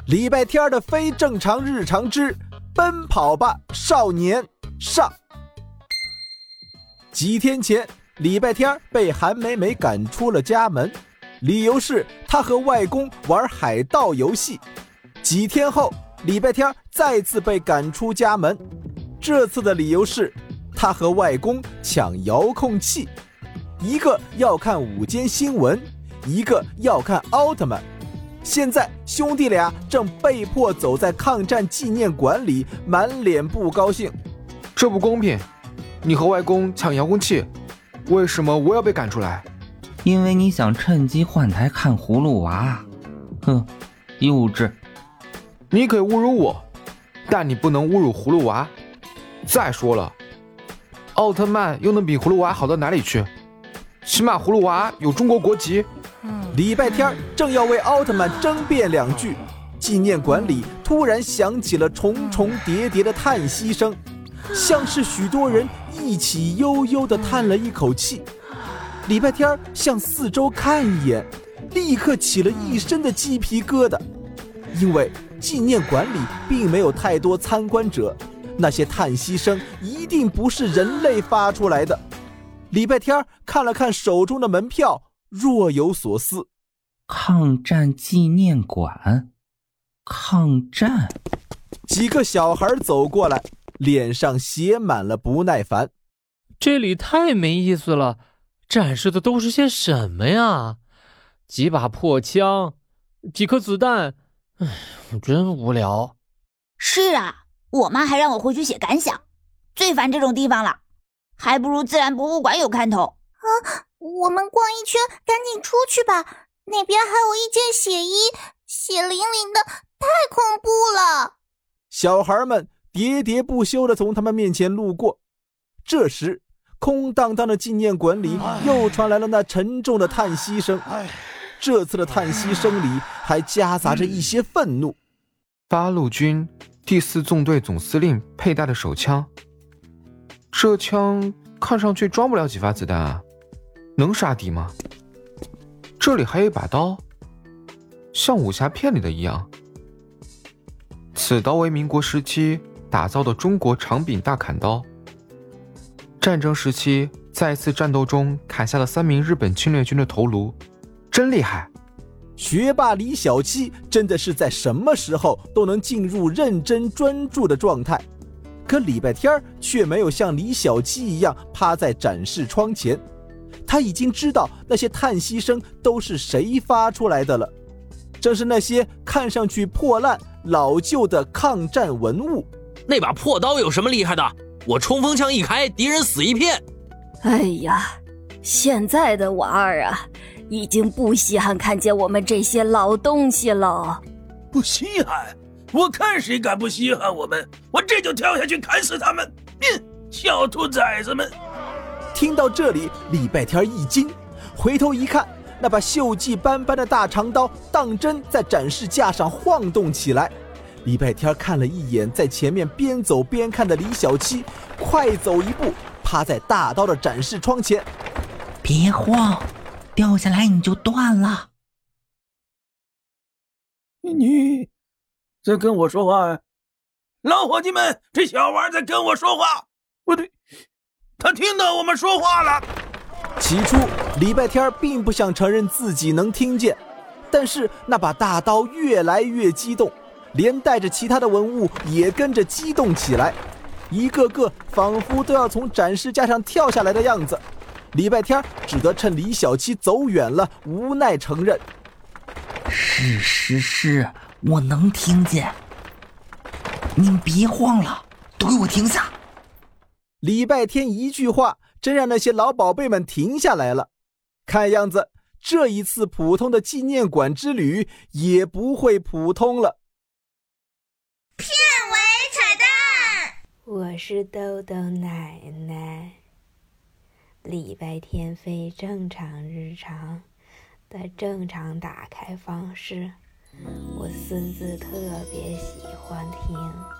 礼拜天的非正常日常之奔跑吧少年上。几天前，礼拜天被韩美美赶出了家门，理由是她和外公玩海盗游戏。几天后，礼拜天再次被赶出家门，这次的理由是她和外公抢遥控器，一个要看午间新闻，一个要看奥特曼。现在兄弟俩正被迫走在抗战纪念馆里，满脸不高兴。 这不公平，你和外公抢遥控器，为什么我要被赶出来？ 因为你想趁机换台看葫芦娃。哼，幼稚。 你可以侮辱我，但你不能侮辱葫芦娃。再说了，奥特曼又能比葫芦娃好到哪里去？起码葫芦娃有中国国籍。 礼拜天正要为奥特曼争辩两句，纪念馆里突然响起了重重叠叠的叹息声，像是许多人一起悠悠地叹了一口气。礼拜天向四周看一眼，立刻起了一身的鸡皮疙瘩，因为纪念馆里并没有太多参观者，那些叹息声一定不是人类发出来的。礼拜天看了看手中的门票，若有所思。 抗战纪念馆，抗战。 几个小孩走过来，脸上写满了不耐烦。 这里太没意思了，展示的都是些什么呀？几把破枪，几颗子弹，真无聊。 是啊，我妈还让我回去写感想，最烦这种地方了，还不如自然博物馆有看头。 我们逛一圈，赶紧出去吧，那边还有一件血衣，血淋淋的，太恐怖了。 小孩们喋喋不休地从他们面前路过。这时，空荡荡的纪念馆里又传来了那沉重的叹息声。这次的叹息声里还夹杂着一些愤怒。 八路军第4纵队总司令佩戴的手枪，这枪看上去装不了几发子弹啊，能杀敌吗？这里还有一把刀，像武侠片里的一样。此刀为民国时期打造的中国长柄大砍刀，战争时期在一次战斗中砍下了3名日本侵略军的头颅，真厉害。 学霸李小七真的是在什么时候都能进入认真专注的状态，可礼拜天却没有像李小七一样趴在展示窗前。他已经知道那些叹息声都是谁发出来的了，正是那些看上去破烂老旧的抗战文物。 那把破刀有什么厉害的？我冲锋枪一开，敌人死一片。 哎呀，现在的娃儿啊，已经不稀罕看见我们这些老东西了。 不稀罕？我看谁敢不稀罕我们，我这就跳下去砍死他们！小兔崽子们！ 听到这里，礼拜天一惊，回头一看，那把锈迹斑斑的大长刀当真在展示架上晃动起来。礼拜天看了一眼在前面边走边看的李小七，快走一步，趴在大刀的展示窗前。 别慌，掉下来你就断了。 你在跟我说话？老伙计们，这小娃在跟我说话。不对，他听到我们说话了。 起初礼拜天并不想承认自己能听见，但是那把大刀越来越激动，连带着其他的文物也跟着激动起来，一个个仿佛都要从展示架上跳下来的样子。礼拜天只得趁李小七走远了，无奈承认： 是，我能听见。您别慌了，都给我停下。 礼拜天一句话真让那些老宝贝们停下来了。看样子这一次普通的纪念馆之旅也不会普通了。 片尾彩蛋， 我是豆豆奶奶。礼拜天非正常日常的正常打开方式，我孙子特别喜欢听。